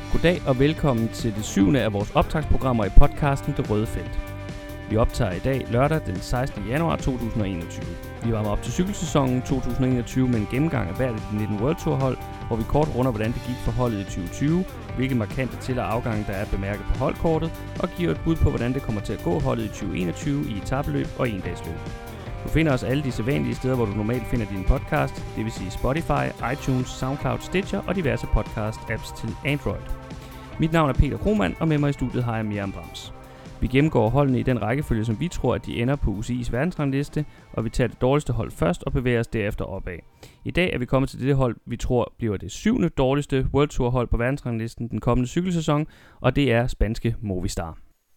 Goddag og velkommen til det 7. af vores optagsprogrammer i podcasten Det Røde Felt. Vi optager i dag lørdag den 16. januar 2021. Vi varmer op til cykelsæsonen 2021 med en gennemgang af hvert af de 19 World Tour hold, hvor vi kort runder, hvordan det gik for holdet i 2020, hvilke markante til- og afgange der er bemærket på holdkortet, og giver et bud på, hvordan det kommer til at gå holdet i 2021 i etapeløb og endagsløb. Du finder os alle de sædvanlige steder, hvor du normalt finder din podcast, det vil sige Spotify, iTunes, SoundCloud, Stitcher og diverse podcast-apps til Android. Mit navn er Peter Krohmann, og med mig i studiet har jeg Miriam Brams. Vi gennemgår holdene i den rækkefølge, som vi tror, at de ender på UCI's verdensrangliste, og vi tager det dårligste hold først og bevæger os derefter opad. I dag er vi kommet til det hold, vi tror bliver det 7. dårligste World Tour hold på verdensranglisten den kommende cykelsæson, og det er spanske Movistar.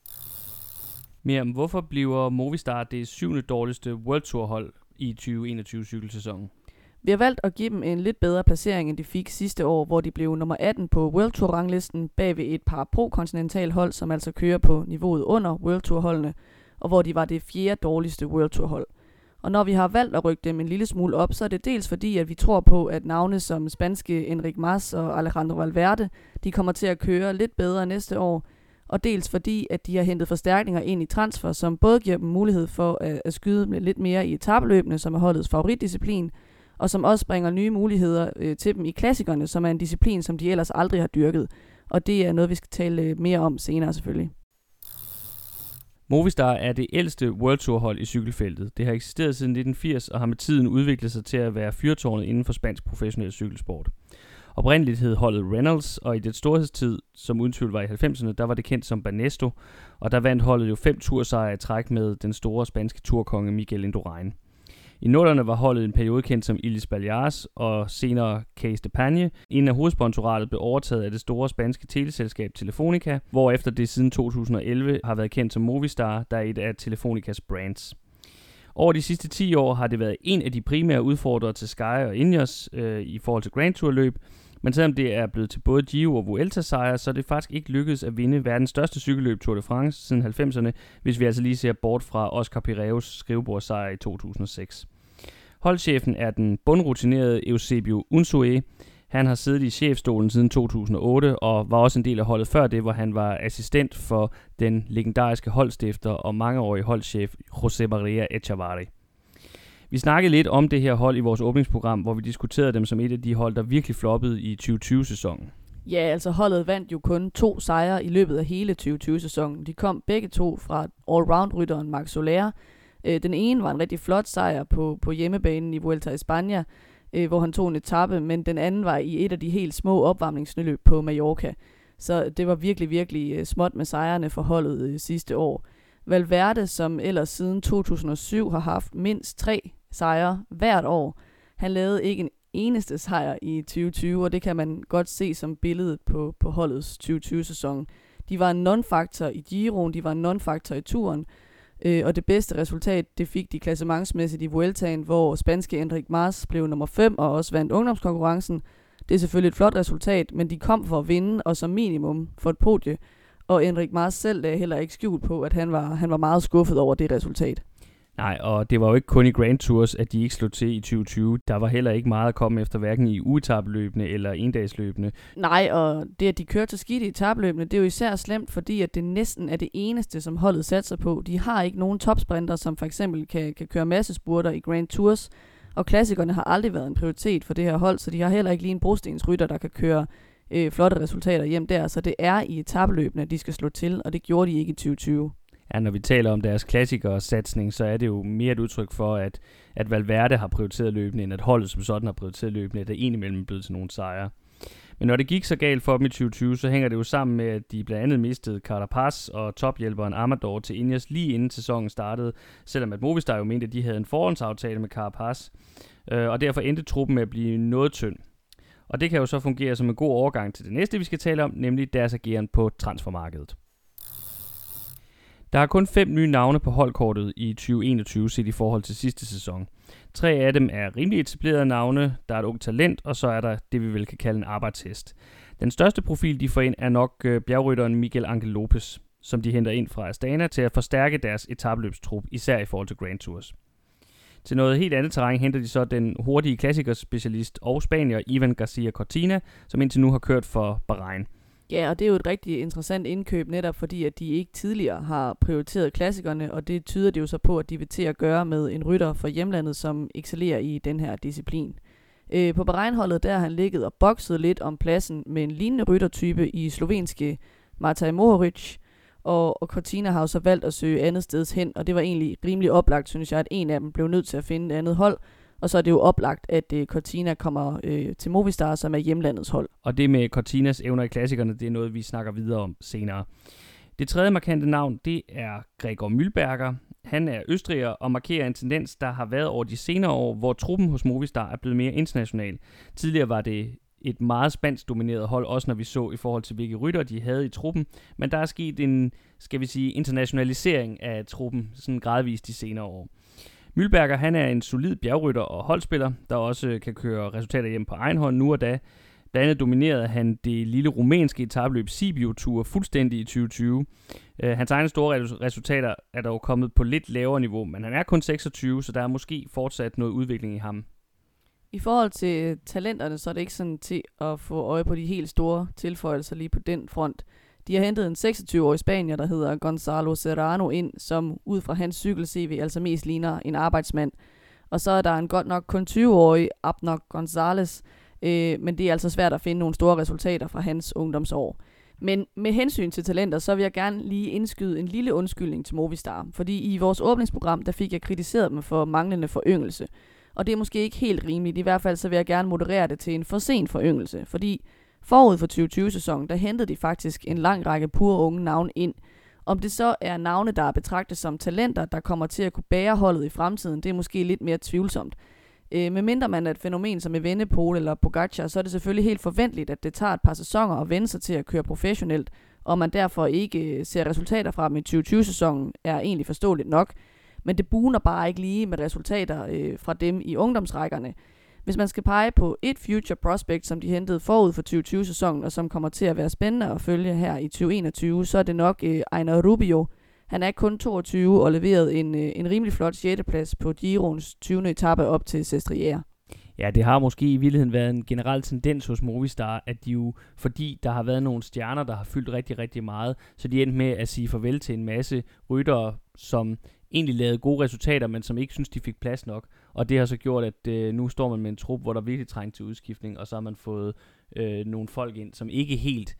Miriam, hvorfor bliver Movistar det 7. dårligste World Tour hold i 2021 cykelsæsonen? Vi har valgt at give dem en lidt bedre placering, end de fik sidste år, hvor de blev nummer 18 på World Tour-ranglisten bag ved et par pro-kontinental hold, som altså kører på niveauet under World Tour-holdene, og hvor de var det 4. dårligste World Tour-hold. Og når vi har valgt at rykke dem en lille smule op, så er det dels fordi, at vi tror på, at navne som spanske Enric Mas og Alejandro Valverde, de kommer til at køre lidt bedre næste år, og dels fordi, at de har hentet forstærkninger ind i transfer, som både giver dem mulighed for at skyde lidt mere i etapeløbene, som er holdets favoritdisciplin, og som også bringer nye muligheder til dem i klassikerne, som er en disciplin, som de ellers aldrig har dyrket. Og det er noget, vi skal tale mere om senere selvfølgelig. Movistar er det ældste World Tour hold i cykelfeltet. Det har eksisteret siden 1980 og har med tiden udviklet sig til at være fyrtårnet inden for spansk professionel cykelsport. Oprindeligt hed holdet Reynolds, og i det storhedstid, som uden tvivl var i 90'erne, der var det kendt som Banesto, og der vandt holdet jo 5 tursejre i træk med den store spanske turkonge Miguel Indurain. I 00'erne var holdet i en periode kendt som Illes Balears og senere Case de Pagne, inden af hovedsponsoratet blev overtaget af det store spanske teleselskab Telefonica, hvorefter det siden 2011 har været kendt som Movistar, der er et af Telefonicas brands. Over de sidste 10 år har det været en af de primære udfordrere til Sky og Ineos i forhold til Grand Tour løb, men selvom det er blevet til både Giro og Vuelta-sejre, så er det faktisk ikke lykkedes at vinde verdens største cykelløb Tour de France siden 90'erne, hvis vi altså lige ser bort fra Oscar Pireus skrivebordsejr i 2006. Holdchefen er den bundrutinerede Eusebio Unzué. Han har siddet i chefstolen siden 2008 og var også en del af holdet før det, hvor han var assistent for den legendariske holdstifter og mangeårige holdchef José María Echevarri. Vi snakkede lidt om det her hold i vores åbningsprogram, hvor vi diskuterede dem som et af de hold, der virkelig floppede i 2020-sæsonen. Ja, altså holdet vandt jo kun 2 sejre i løbet af hele 2020-sæsonen. De kom begge to fra allround-rytteren Marc Soler. Den ene var en rigtig flot sejr på hjemmebanen i Vuelta a España, hvor han tog en etape, men den anden var i et af de helt små opvarmningsløb på Mallorca. Så det var virkelig, virkelig småt med sejrene for holdet sidste år. Valverde, som ellers siden 2007 har haft mindst 3 sejre hvert år, han lavede ikke en eneste sejr i 2020, og det kan man godt se som billedet på holdets 2020-sæson. De var en non-faktor i Giroen, de var en non-faktor i Touren, og det bedste resultat, det fik de klassementsmæssigt i Vueltaen, hvor spanske Enric Mas blev nummer 5 og også vandt ungdomskonkurrencen. Det er selvfølgelig et flot resultat, men de kom for at vinde og som minimum for et podie. Og Enric Mas selv lagde heller ikke skjult på, at han var meget skuffet over det resultat. Nej, og det var jo ikke kun i Grand Tours, at de ikke slog til i 2020. Der var heller ikke meget at komme efter, hverken i uetapeløbene eller endagsløbene. Nej, og det, at de kørte så skidt i etapeløbene, det er jo især slemt, fordi at det næsten er det eneste, som holdet satser på. De har ikke nogen topsprinter, som for eksempel kan køre massespurter i Grand Tours, og klassikerne har aldrig været en prioritet for det her hold, så de har heller ikke lige en brostensrytter, der kan køre flotte resultater hjem der. Så det er i etapeløbene, de skal slå til, og det gjorde de ikke i 2020. Ja, når vi taler om deres klassikere-satsning, så er det jo mere et udtryk for, at Valverde har prioriteret løbende, end at holdet som sådan har prioriteret løbende, at det indimellem er blevet til nogle sejre. Men når det gik så galt for dem i 2020, så hænger det jo sammen med, at de blandt andet mistede Carapaz og tophjælperen Amador til Ineos lige inden sæsonen startede, selvom at Movistar jo mente, at de havde en forhåndsaftale med Carapaz, og derfor endte truppen med at blive noget tynd. Og det kan jo så fungere som en god overgang til det næste, vi skal tale om, nemlig deres ageren på transfermarkedet. Der er kun 5 nye navne på holdkortet i 2021 set i forhold til sidste sæson. 3 af dem er rimelig etablerede navne, der er et ungt talent, og så er der det, vi vel kan kalde en arbejdshest. Den største profil, de får ind, er nok bjergrytteren Miguel Ángel López, som de henter ind fra Astana til at forstærke deres etapeløbstrup, især i forhold til Grand Tours. Til noget helt andet terræn henter de så den hurtige klassikerspecialist og spanier Ivan Garcia Cortina, som indtil nu har kørt for Bahrain. Ja, og det er jo et rigtig interessant indkøb, netop fordi, at de ikke tidligere har prioriteret klassikerne, og det tyder det jo så på, at de vil til at gøre med en rytter fra hjemlandet, som excellerer i den her disciplin. På Bahrein-holdet, der har han ligget og bokset lidt om pladsen med en lignende ryttertype i slovenske Matej Mohoric, og Cortina har jo så valgt at søge andet steds hen, og det var egentlig rimelig oplagt, synes jeg, at en af dem blev nødt til at finde et andet hold, og så er det jo oplagt, at Cortina kommer til Movistar, som er hjemlandets hold. Og det med Cortinas evner i klassikerne, det er noget, vi snakker videre om senere. Det tredje markante navn, det er Gregor Mühlberger. Han er østriger og markerer en tendens, der har været over de senere år, hvor truppen hos Movistar er blevet mere international. Tidligere var det et meget spansk domineret hold, også når vi så i forhold til, hvilke rytter de havde i truppen. Men der er sket en, skal vi sige, internationalisering af truppen, sådan gradvist de senere år. Mühlberger, han er en solid bjergrytter og holdspiller, der også kan køre resultater hjem på egen hånd nu og da. Blandt andet dominerede han det lille rumænske etapløb Sibiu Tour fuldstændig i 2020. Hans egne store resultater er dog kommet på lidt lavere niveau, men han er kun 26, så der er måske fortsat noget udvikling i ham. I forhold til talenterne, så er det ikke sådan til at få øje på de helt store tilføjelser lige på den front. De har hentet en 26-årig spanier, der hedder Gonzalo Serrano ind, som ud fra hans cykel-CV altså mest ligner en arbejdsmand. Og så er der en godt nok kun 20-årig Abner González, men det er altså svært at finde nogle store resultater fra hans ungdomsår. Men med hensyn til talenter, så vil jeg gerne lige indskyde en lille undskyldning til Movistar, fordi i vores åbningsprogram, der fik jeg kritiseret dem for manglende foryngelse. Og det er måske ikke helt rimeligt, i hvert fald så vil jeg gerne moderere det til en for sen foryngelse, fordi forud for 2020-sæsonen, der hentede de faktisk en lang række pure unge navne ind. Om det så er navne, der er betragtet som talenter, der kommer til at kunne bære holdet i fremtiden, det er måske lidt mere tvivlsomt. Medmindre man er et fænomen som Evenepoel eller Pogacar, så er det selvfølgelig helt forventeligt, at det tager et par sæsoner at vende sig til at køre professionelt, og man derfor ikke ser resultater fra dem i 2020-sæsonen, er egentlig forståeligt nok. Men det buner bare ikke lige med resultater fra dem i ungdomsrækkerne. Hvis man skal pege på et future prospect, som de hentede forud for 2020-sæsonen, og som kommer til at være spændende at følge her i 2021, så er det nok Einar Rubio. Han er kun 22 og leverede en rimelig flot 6. plads på Giroens 20. etape op til Sestriere. Ja, det har måske i virkeligheden været en generel tendens hos Movistar, at de jo, fordi der har været nogle stjerner, der har fyldt rigtig, rigtig meget, så de endte med at sige farvel til en masse ryttere, som egentlig lavede gode resultater, men som ikke synes, de fik plads nok. Og det har så gjort, at nu står man med en trup, hvor der virkelig trængt til udskiftning, og så har man fået nogle folk ind, som ikke helt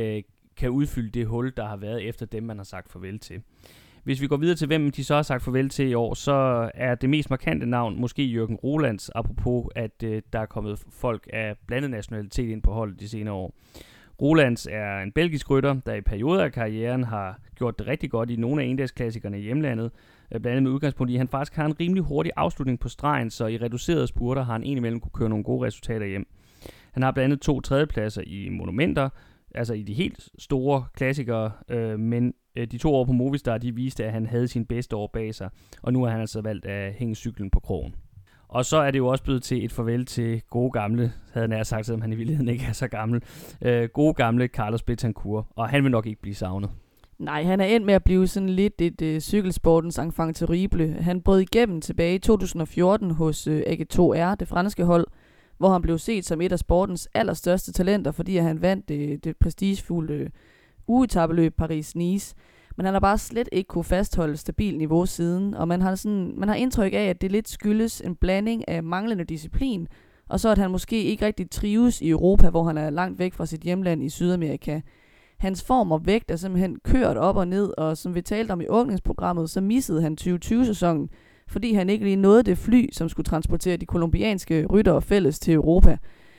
kan udfylde det hul, der har været efter dem, man har sagt farvel til. Hvis vi går videre til, hvem de så har sagt farvel til i år, så er det mest markante navn måske Jürgen Roelands, apropos at der er kommet folk af blandet nationalitet ind på holdet de senere år. Roelands er en belgisk rytter, der i perioder af karrieren har gjort det rigtig godt i nogle af endagsklassikerne i hjemlandet, blandt andet med udgangspunkt i, at han faktisk har en rimelig hurtig afslutning på stregen, så i reducerede spurter har han indimellem kunne køre nogle gode resultater hjem. Han har blandt andet 2 tredjepladser i monumenter, altså i de helt store klassikere, men de 2 år på Movistar, de viste, at han havde sin bedste år bag sig, og nu har han altså valgt at hænge cyklen på krogen. Og så er det jo også blevet til et farvel til gode gamle, havde nær sagt, selvom han i virkeligheden ikke er så gammel, gode gamle Carlos Betancourt, og han vil nok ikke blive savnet. Nej, han er endt med at blive sådan lidt et cykelsportens enfant terrible. Han brød igennem tilbage i 2014 hos AG2R, det franske hold, hvor han blev set som et af sportens allerstørste talenter, fordi han vandt det prestigefulde ugetabeløb Paris-Nice. Men han har bare slet ikke kunne fastholde stabilt niveau siden, og man har indtryk af, at det lidt skyldes en blanding af manglende disciplin, og så at han måske ikke rigtig trives i Europa, hvor han er langt væk fra sit hjemland i Sydamerika. Hans form og vægt er simpelthen kørt op og ned, og som vi talte om i åbningsprogrammet, så missede han 2020-sæsonen, fordi han ikke lige nåede det fly, som skulle transportere de kolumbianske ryttere fælles til Europa.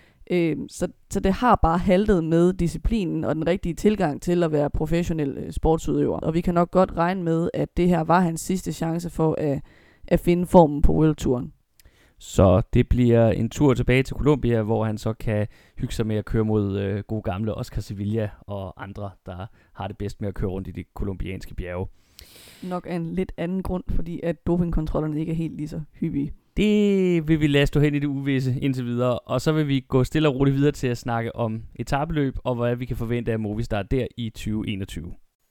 Så det har bare haltet med disciplinen og den rigtige tilgang til at være professionel sportsudøver. Og vi kan nok godt regne med, at det her var hans sidste chance for at finde formen på World Touren. Så det bliver en tur tilbage til Colombia, hvor han så kan hygge sig med at køre mod gode gamle Oscar Sevilla og andre, der har det bedst med at køre rundt i de kolumbianske bjerge. Nok af en lidt anden grund, fordi at dopingkontrollerne ikke er helt lige så hyppige. Det vil vi lade stå hen i det uvisse indtil videre, og så vil vi gå stille og roligt videre til at snakke om etapeløb og hvad vi kan forvente af Movistar der i 2021.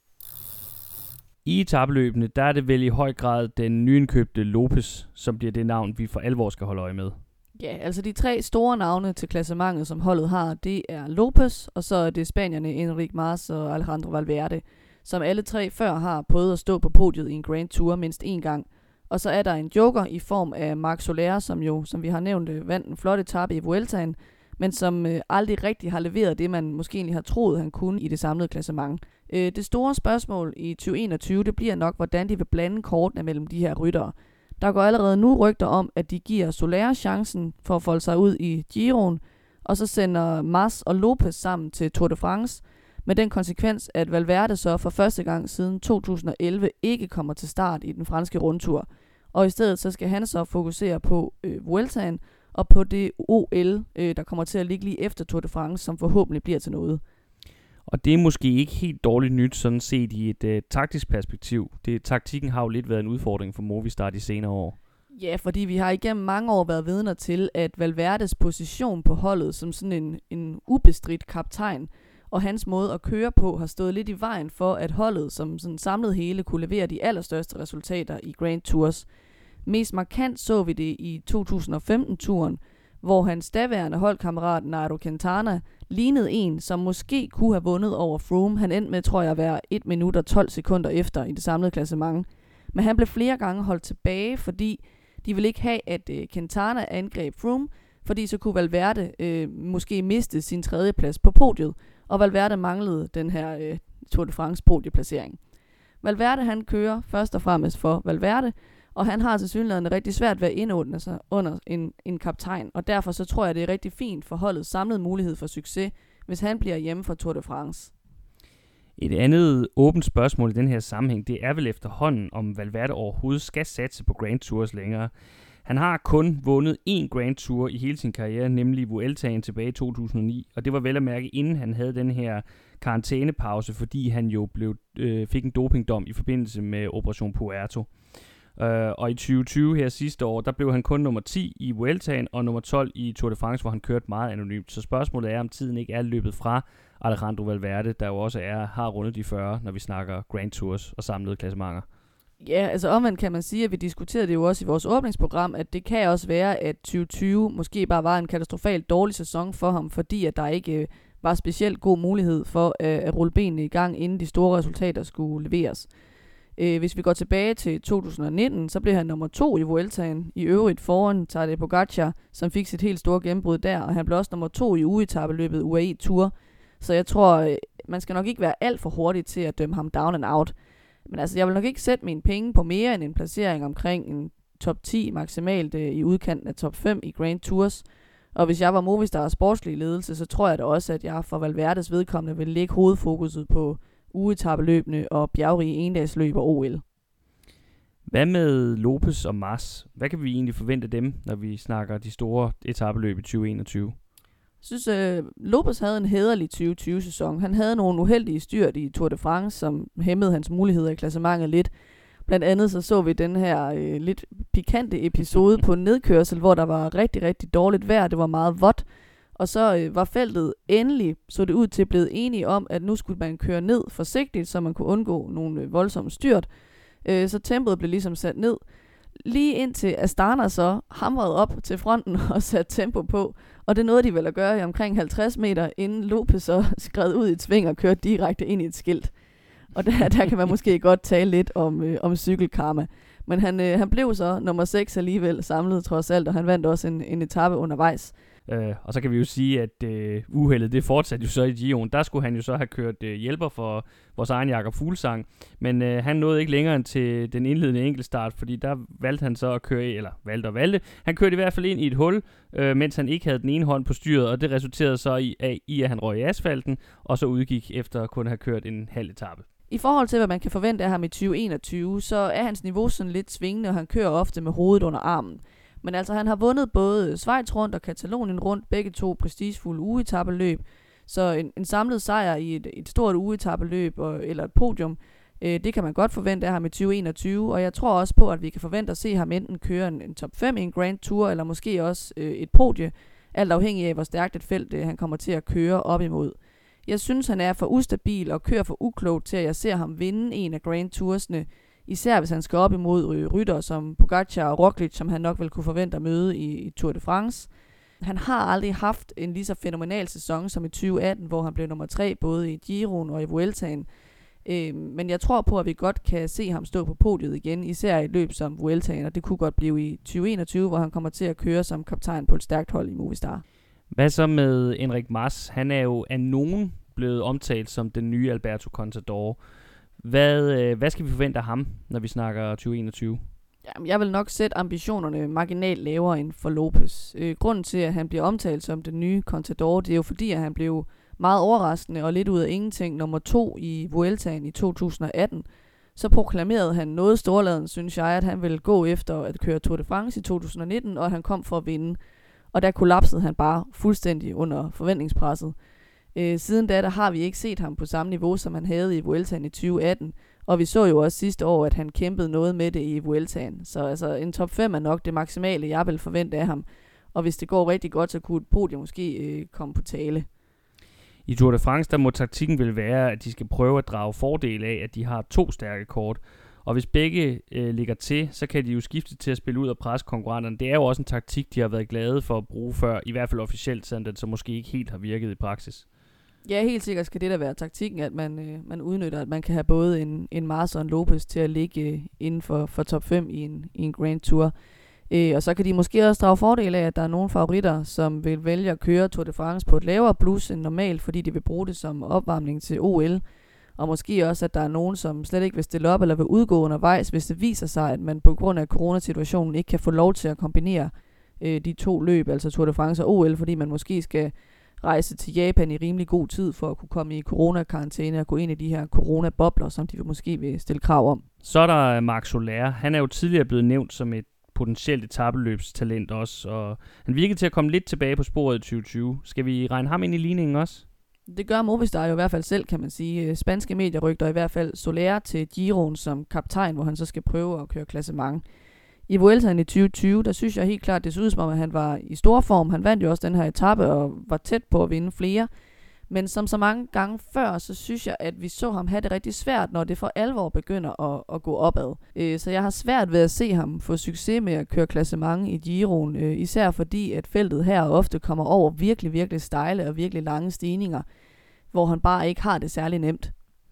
I etapeløbene, der er det vel i høj grad den nyindkøbte Lopez, som bliver det navn, vi for alvor skal holde øje med. Ja, altså de 3 store navne til klassementet, som holdet har, det er Lopez, og så er det spanierne Enric Mas og Alejandro Valverde, som alle 3 før har prøvet at stå på podiet i en Grand Tour mindst 1 gang. Og så er der en joker i form af Marc Soler, som vi har nævnt, vandt en flot etape i Vueltaen, men som aldrig rigtig har leveret det, man måske egentlig har troet, han kunne i det samlede klassement. Det store spørgsmål i 2021, det bliver nok, hvordan de vil blande kortene mellem de her ryttere. Der går allerede nu rygter om, at de giver Soler chancen for at folde sig ud i Giroen, og så sender Mas og Lopez sammen til Tour de France, med den konsekvens, at Valverde så for første gang siden 2011 ikke kommer til start i den franske rundtur. Og i stedet så skal han så fokusere på Vueltaen og på det OL, der kommer til at ligge lige efter Tour de France, som forhåbentlig bliver til noget. Og det er måske ikke helt dårligt nyt, sådan set i et taktisk perspektiv. Taktikken har jo lidt været en udfordring for Movistar de senere år. Ja, fordi vi har igennem mange år været vidner til, at Valverdes position på holdet som sådan en ubestridt kaptajn, og hans måde at køre på har stået lidt i vejen for, at holdet som sådan samlet hele kunne levere de allerstørste resultater i Grand Tours. Mest markant så vi det i 2015-turen, hvor hans daværende holdkammerat Nairo Quintana lignede en, som måske kunne have vundet over Froome. Han endte med, tror jeg, at være 1 minut og 12 sekunder efter i det samlede klassement. Men han blev flere gange holdt tilbage, fordi de ville ikke have, at Quintana angreb Froome, fordi så kunne Valverde måske miste sin 3. plads på podiet, og Valverde manglede den her Tour de France podieplacering. Valverde han kører først og fremmest for Valverde, og han har tilsyneladende rigtig svært ved at indordne sig under en kaptajn, og derfor så tror jeg, det er rigtig fint for holdets samlede mulighed for succes, hvis han bliver hjemme fra Tour de France. Et andet åbent spørgsmål i den her sammenhæng, det er vel efterhånden, om Valverde overhovedet skal satse på Grand Tours længere. Han har kun vundet 1 Grand Tour i hele sin karriere, nemlig Vueltaen tilbage i 2009, og det var vel at mærke, inden han havde den her karantænepause, fordi han jo fik en dopingdom i forbindelse med Operation Puerto. Og i 2020 her sidste år, der blev han kun nummer 10 i Vueltaen og nummer 12 i Tour de France, hvor han kørte meget anonymt. Så spørgsmålet er, om tiden ikke er løbet fra Alejandro Valverde, der jo også har rundet de 40, når vi snakker Grand Tours og samlede klassementer. Ja, altså omvendt kan man sige, at vi diskuterede det jo også i vores åbningsprogram, at det kan også være, at 2020 måske bare var en katastrofalt dårlig sæson for ham, fordi at der ikke var specielt god mulighed for at rulle benene i gang, inden de store resultater skulle leveres. Hvis vi går tilbage til 2019, så blev han nummer 2 i Vueltaen, i øvrigt foran Tadej Pogacar, som fik sit helt store gennembrud der, og han blev også nummer 2 i ugeetapeløbet UAE Tour. Så jeg tror, man skal nok ikke være alt for hurtig til at dømme ham down and out. Men altså, jeg vil nok ikke sætte mine penge på mere end en placering omkring en top 10 maksimalt i udkanten af top 5 i Grand Tours. Og hvis jeg var Movistar sportslige ledelse, så tror jeg da også, at jeg for Valverdes vedkommende vil lægge hovedfokuset på ugeetapeløbene og bjergrige endagsløb og OL. Hvad med Lopez og Mas? Hvad kan vi egentlig forvente af dem, når vi snakker de store etapeløb i 2021? Jeg synes, Lopez havde en hæderlig 2020-sæson. Han havde nogle uheldige styrt i Tour de France, som hæmmede hans muligheder i klassementet lidt. Blandt andet så vi den her lidt pikante episode på en nedkørsel, hvor der var rigtig, rigtig dårligt vejr. Det var meget vådt. Og så var feltet endelig, så det ud til, blevet enige om, at nu skulle man køre ned forsigtigt, så man kunne undgå nogle voldsomme styrt. Så tempoet blev ligesom sat ned. Lige indtil Astana så hamrede op til fronten og satte tempo på. Og det nåede de vel at gøre i omkring 50 meter, inden Lopez så skred ud i et sving og kørte direkte ind i et skilt. Og der kan man måske godt tale lidt om cykelkarma. Men han blev så nummer 6 alligevel samlet trods alt, og han vandt også en etape undervejs. Og så kan vi jo sige, at uheldet det fortsatte jo så i Giroen. Der skulle han jo så have kørt hjælper for vores egen Jakob Fuglsang. Men han nåede ikke længere end til den indledende enkeltstart, fordi der valgte han så at køre, Han kørte i hvert fald ind i et hul, mens han ikke havde den ene hånd på styret, og det resulterede så i at han røg i asfalten, og så udgik efter kun at have kørt en halv etape. I forhold til, hvad man kan forvente af ham i 2021, så er hans niveau sådan lidt svingende, og han kører ofte med hovedet under armen. Men altså, han har vundet både Schweiz rundt og Katalonien rundt, begge 2 prestigefulde ugeetapeløb. Så en samlet sejr i et stort ugeetapeløb eller et podium, det kan man godt forvente af ham i 2021. Og jeg tror også på, at vi kan forvente at se ham enten køre en top 5 i en Grand Tour, eller måske også et podie, alt afhængig af, hvor stærkt et felt han kommer til at køre op imod. Jeg synes, han er for ustabil og kører for uklogt til, at jeg ser ham vinde en af Grand Toursne Især hvis han skal op imod rytter som Pogačar og Roglic, som han nok vil kunne forvente at møde i Tour de France. Han har aldrig haft en lige så fænomenal sæson som i 2018, hvor han blev nummer 3 både i Giroen og i Vueltaen. Men jeg tror på, at vi godt kan se ham stå på podiet igen, især i et løb som Vueltaen, og det kunne godt blive i 2021, hvor han kommer til at køre som kaptajn på et stærkt hold i Movistar. Hvad så med Enric Mas? Han er jo af nogen blevet omtalt som den nye Alberto Contador. Hvad skal vi forvente af ham, når vi snakker 2021? Jamen, jeg vil nok sætte ambitionerne marginalt lavere end for Lopez. Grunden til, at han bliver omtalt som den nye Contador, det er jo fordi, at han blev meget overraskende og lidt ud af ingenting nummer 2 i Vueltaen i 2018. Så proklamerede han noget storladen, synes jeg, at han ville gå efter at køre Tour de France i 2019, og at han kom for at vinde. Og der kollapsede han bare fuldstændig under forventningspresset. Siden da, der har vi ikke set ham på samme niveau, som han havde i Vueltaen i 2018. Og vi så jo også sidste år, at han kæmpede noget med det i Vueltaen. Så altså, en top 5 er nok det maksimale, jeg vil forvente af ham. Og hvis det går rigtig godt, så kunne et podium måske komme på tale. I Tour de France, der må taktikken vel være, at de skal prøve at drage fordel af, at de har 2 stærke kort. Og hvis begge ligger til, så kan de jo skifte til at spille ud og presse konkurrenterne. Det er jo også en taktik, de har været glade for at bruge før, i hvert fald officielt, sådan den så måske ikke helt har virket i praksis. Ja, helt sikkert skal det da være taktikken, at man udnytter, at man kan have både en Mars og en Lopez til at ligge inden for top 5 i en Grand Tour. Og så kan de måske også drage fordel af, at der er nogle favoritter, som vil vælge at køre Tour de France på et lavere plus end normalt, fordi de vil bruge det som opvarmning til OL. Og måske også, at der er nogen, som slet ikke vil stille op eller vil udgå undervejs, hvis det viser sig, at man på grund af coronasituationen ikke kan få lov til at kombinere de 2 løb, altså Tour de France og OL, fordi man måske skal rejse til Japan i rimelig god tid for at kunne komme i coronakarantæne og gå ind i de her coronabobler, som de måske vil stille krav om. Så er der Marc Soler. Han er jo tidligere blevet nævnt som et potentielt etapeløbstalent også, og han virkede til at komme lidt tilbage på sporet i 2020. Skal vi regne ham ind i ligningen også? Det gør Movistar jo i hvert fald selv, kan man sige. Spanske medier rygter i hvert fald Soler til Giroen som kaptajn, hvor han så skal prøve at køre klassement. I Vueltaen i 2020, der synes jeg helt klart, det så ud som om, at han var i stor form. Han vandt jo også den her etape og var tæt på at vinde flere. Men som så mange gange før, så synes jeg, at vi så ham have det rigtig svært, når det for alvor begynder at gå opad. Så jeg har svært ved at se ham få succes med at køre klassement i Giroen, især fordi, at feltet her ofte kommer over virkelig, virkelig stejle og virkelig lange stigninger, hvor han bare ikke har det særlig nemt.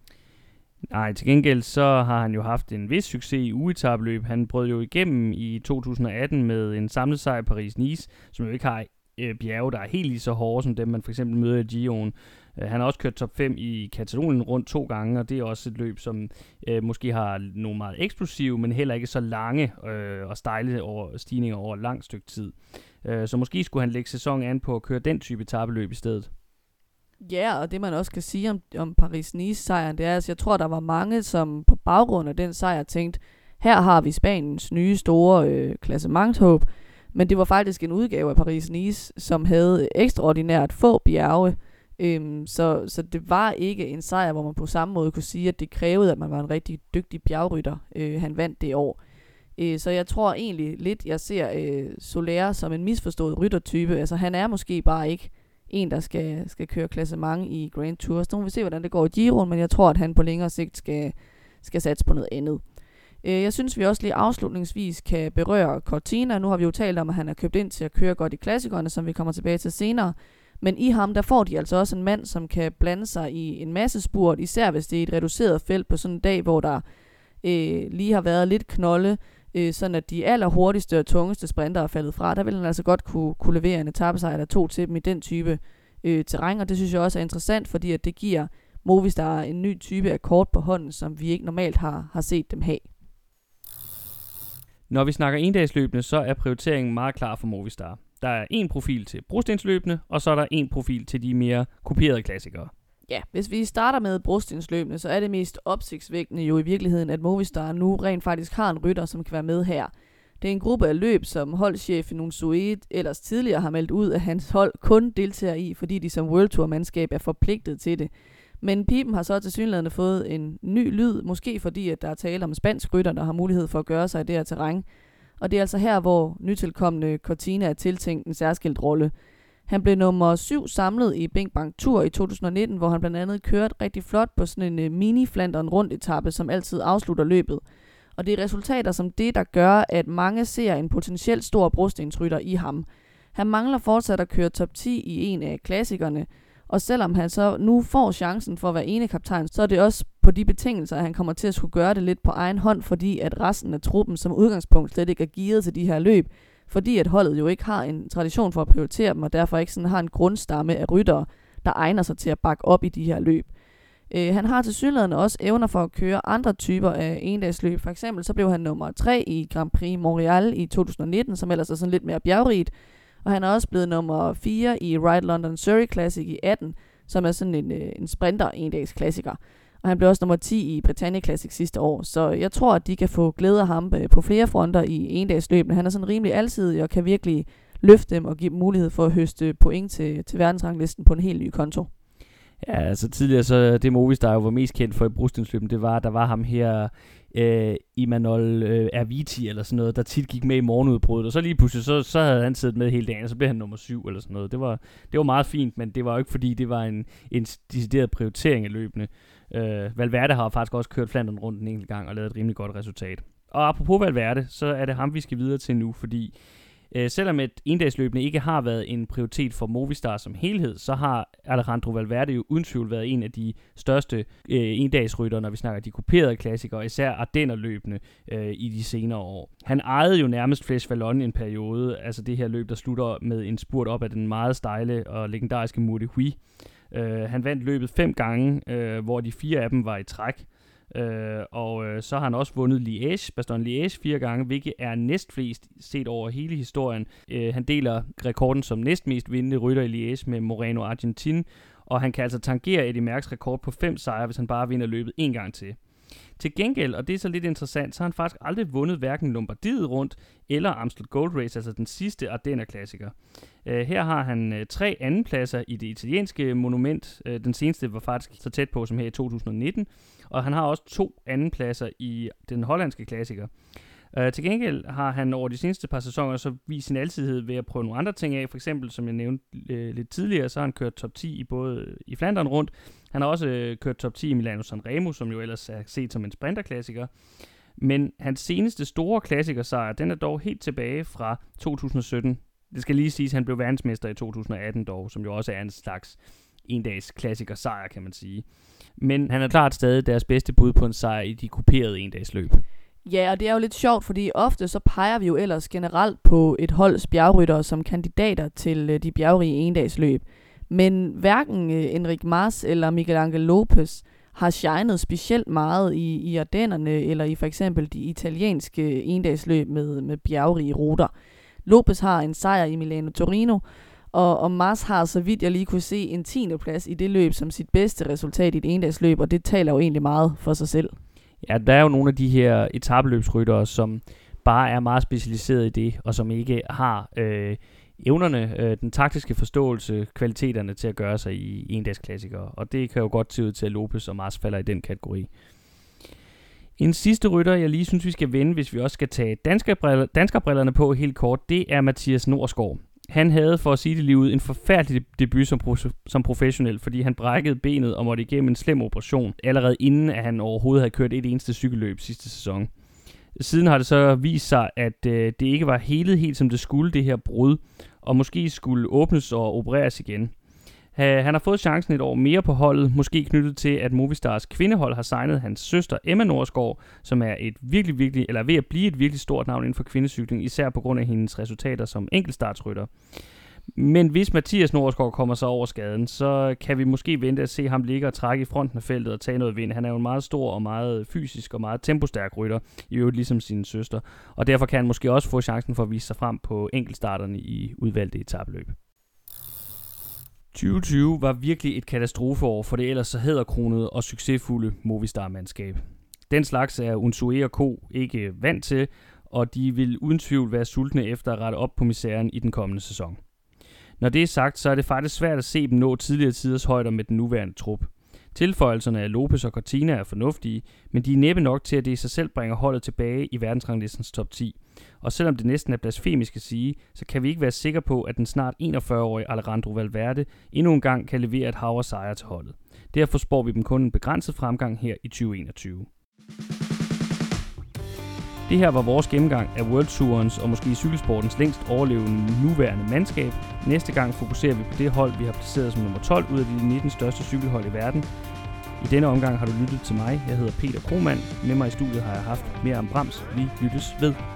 Nej, til gengæld så har han jo haft en vis succes i ugetabeløb. Han brød jo igennem i 2018 med en samlet sejr i Paris-Nice, som jo ikke har bjerge, der er helt lige så hårde som dem, man for eksempel møder i Giroen. Han har også kørt top 5 i Katalonien rundt 2 gange, og det er også et løb, som måske har nogle meget eksplosive, men heller ikke så lange og stejle stigninger over et langt stykke tid. Så måske skulle han lægge sæsonen an på at køre den type etapeløb i stedet. Ja, og det man også kan sige om Paris-Nice-sejren, det er, at jeg tror, der var mange, som på baggrund af den sejr tænkte, her har vi Spaniens nye store klassementshåb, men det var faktisk en udgave af Paris-Nice, som havde ekstraordinært få bjerge, så det var ikke en sejr, hvor man på samme måde kunne sige, at det krævede, at man var en rigtig dygtig bjergrytter, han vandt det år. Så jeg tror egentlig lidt, jeg ser Soler som en misforstået ryttertype. Altså han er måske bare ikke en, der skal køre klassement i Grand Tour. Så nu vil vi se, hvordan det går i Giroen, men jeg tror, at han på længere sigt skal satse på noget andet. Jeg synes, vi også lige afslutningsvis kan berøre Cortina. Nu har vi jo talt om, at han er købt ind til at køre godt i klassikerne, som vi kommer tilbage til senere. Men i ham, der får de altså også en mand, som kan blande sig i en masse spurt, især hvis det er et reduceret felt på sådan en dag, hvor der lige har været lidt knolde, sådan at de allerhurtigste og tungeste sprinter er faldet fra. Der vil han altså godt kunne levere en etapesejr eller 2 til dem i den type terræn, og det synes jeg også er interessant, fordi at det giver Movistar en ny type af kort på hånden, som vi ikke normalt har set dem have. Når vi snakker endagsløbende, så er prioriteringen meget klar for Movistar. Der er en profil til brostensløbende, og så er der en profil til de mere kuperede klassikere. Ja, hvis vi starter med brostensløbende, så er det mest opsigtsvækkende jo i virkeligheden, at Movistar nu rent faktisk har en rytter, som kan være med her. Det er en gruppe af løb, som holdchef Nunsuet ellers tidligere har meldt ud, at hans hold kun deltager i, fordi de som World Tour-mandskab er forpligtet til det. Men pipen har så tilsyneladende fået en ny lyd, måske fordi, at der er tale om en spansk rytter, der har mulighed for at gøre sig i det her terræn. Og det er altså her, hvor nytilkommende Cortina er tiltænkt en særskilt rolle. Han blev nummer 7 samlet i Bing Bang Tour i 2019, hvor han blandt andet kørte rigtig flot på sådan en mini-Flandern rundt etape, som altid afslutter løbet. Og det er resultater som det, der gør, at mange ser en potentielt stor brostensrytter i ham. Han mangler fortsat at køre top 10 i en af klassikerne, og selvom han så nu får chancen for at være enekaptajn, så er det også på de betingelser, at han kommer til at skulle gøre det lidt på egen hånd, fordi at resten af truppen som udgangspunkt slet ikke er gearet til de her løb, fordi at holdet jo ikke har en tradition for at prioritere dem, og derfor ikke sådan har en grundstamme af ryttere, der egner sig til at bakke op i de her løb. Han har tilsyneladende også evner for at køre andre typer af endagsløb. For eksempel så blev han nummer 3 i Grand Prix Montreal i 2019, som ellers er sådan lidt mere bjergrigt. Og han er også blevet nummer 4 i Ride London Surrey Classic i 18, som er sådan en sprinter endags klassiker. Og han blev også nummer 10 i Britannia Classic sidste år. Så jeg tror, at de kan få glæde af ham på flere fronter i endagsløbene. Han er sådan rimelig alsidig og kan virkelig løfte dem og give dem mulighed for at høste point til verdensranglisten på en helt ny konto. Ja, altså tidligere så det Movistar jo var mest kendt for i brostensløben, det var, der var ham her, Imanol Erviti eller sådan noget, der tit gik med i morgenudbruddet, og så lige pludselig, så havde han siddet med hele dagen, og så blev han nummer 7 eller sådan noget. Det var meget fint, men det var jo ikke fordi, det var en decideret prioritering af løbene. Valverde har faktisk også kørt Flandern rundt en enkelt gang og lavet et rimelig godt resultat. Og apropos Valverde, så er det ham, vi skal videre til nu, fordi selvom et endagsløbene ikke har været en prioritet for Movistar som helhed, så har Alejandro Valverde jo uden tvivl været en af de største endagsryttere, når vi snakker de kuperede klassikere, især Ardennerløbene i de senere år. Han ejede jo nærmest Flèche Wallonne en periode, altså det her løb, der slutter med en spurt op ad den meget stejle og legendariske Mur de Huy. Han vandt løbet 5 gange, hvor de 4 af dem var i træk. Så har han også vundet Bastogne Liège 4 gange, hvilket er næstflest set over hele historien. Han deler rekorden som næstmest vindende rytter i Liège med Moreno Argentin, og han kan altså tangere Eddy Merckx rekord på 5 sejre, hvis han bare vinder løbet en gang til. Til gengæld, og det er så lidt interessant, så har han faktisk aldrig vundet hverken Lombardiet rundt eller Amstel Gold Race, altså den sidste Ardenner-klassiker. Her har han 3 andenpladser i det italienske monument. Den seneste var faktisk så tæt på som her i 2019. Og han har også 2 andenpladser i den hollandske klassiker. Til gengæld har han over de seneste par sæsoner så vist sin alsidighed ved at prøve nogle andre ting af. For eksempel, som jeg nævnte lidt tidligere, så har han kørt top 10 både i Flandern rundt. Han har også kørt top 10 i Milano Sanremo, som jo ellers er set som en sprinterklassiker. Men hans seneste store klassikersejr, den er dog helt tilbage fra 2017. Det skal lige siges, at han blev verdensmester i 2018 dog, som jo også er en slags endags klassikersejr, kan man sige. Men han er klart stadig deres bedste bud på en sejr i de kuperede endagsløb. Ja, og det er jo lidt sjovt, fordi ofte så peger vi jo ellers generelt på et holds bjergryttere som kandidater til de bjergrige endagsløb. Men hverken Enric Mas eller Miguel Angel Lopez har shined specielt meget i Ardennerne eller i for eksempel de italienske endagsløb med bjergrige ruter. Lopez har en sejr i Milano Torino, og Mas har, så vidt jeg lige kunne se, en 10. plads i det løb som sit bedste resultat i et endagsløb, og det taler jo egentlig meget for sig selv. Ja, der er jo nogle af de her etapeløbsryttere, som bare er meget specialiseret i det, og som ikke har evnerne, den taktiske forståelse, kvaliteterne til at gøre sig i endagsklassikere. Og det kan jo godt se ud til, at Lopez og Mas falder i den kategori. En sidste rytter, jeg lige synes, vi skal vende, hvis vi også skal tage danskerbrillerne på helt kort, det er Mathias Norsgaard. Han havde, for at sige det lige ud, en forfærdelig debut som professionel, fordi han brækkede benet og måtte igennem en slem operation, allerede inden at han overhovedet havde kørt et eneste cykelløb sidste sæson. Siden har det så vist sig, at det ikke var helt som det skulle, det her brud, og måske skulle åbnes og opereres igen. Han har fået chancen et år mere på holdet, måske knyttet til, at Movistars kvindehold har signet hans søster Emma Norsgaard, som er et virkelig, eller ved at blive et virkelig stort navn inden for kvindecykling, især på grund af hendes resultater som enkeltstartsrytter. Men hvis Mathias Norsgaard kommer så over skaden, så kan vi måske vente at se ham ligge og trække i fronten af feltet og tage noget vind. Han er jo en meget stor og meget fysisk og meget tempostærk rytter, i øvrigt ligesom sin søster, og derfor kan han måske også få chancen for at vise sig frem på enkeltstarterne i udvalgte etapeløb. 2020 var virkelig et katastrofeår for det ellers så hæderkronede og succesfulde Movistar-mandskab. Den slags er Unsue og Co. ikke vant til, og de vil uden tvivl være sultne efter at rette op på misæren i den kommende sæson. Når det er sagt, så er det faktisk svært at se dem nå tidligere tiders højder med den nuværende trup. Tilføjelserne af Lopez og Cortina er fornuftige, men de er næppe nok til, at det i sig selv bringer holdet tilbage i verdensranglistens top 10. Og selvom det næsten er blasfemisk at sige, så kan vi ikke være sikre på, at den snart 41-årige Alejandro Valverde endnu en gang kan levere et hav af sejre til holdet. Derfor spår vi dem kun en begrænset fremgang her i 2021. Det her var vores gennemgang af World Tourens og måske cykelsportens længst overlevende nuværende mandskab. Næste gang fokuserer vi på det hold, vi har placeret som nummer 12 ud af de 19 største cykelhold i verden. I denne omgang har du lyttet til mig. Jeg hedder Peter Krohmann. Med mig i studiet har jeg haft Miriam Brams. Vi lyttes ved.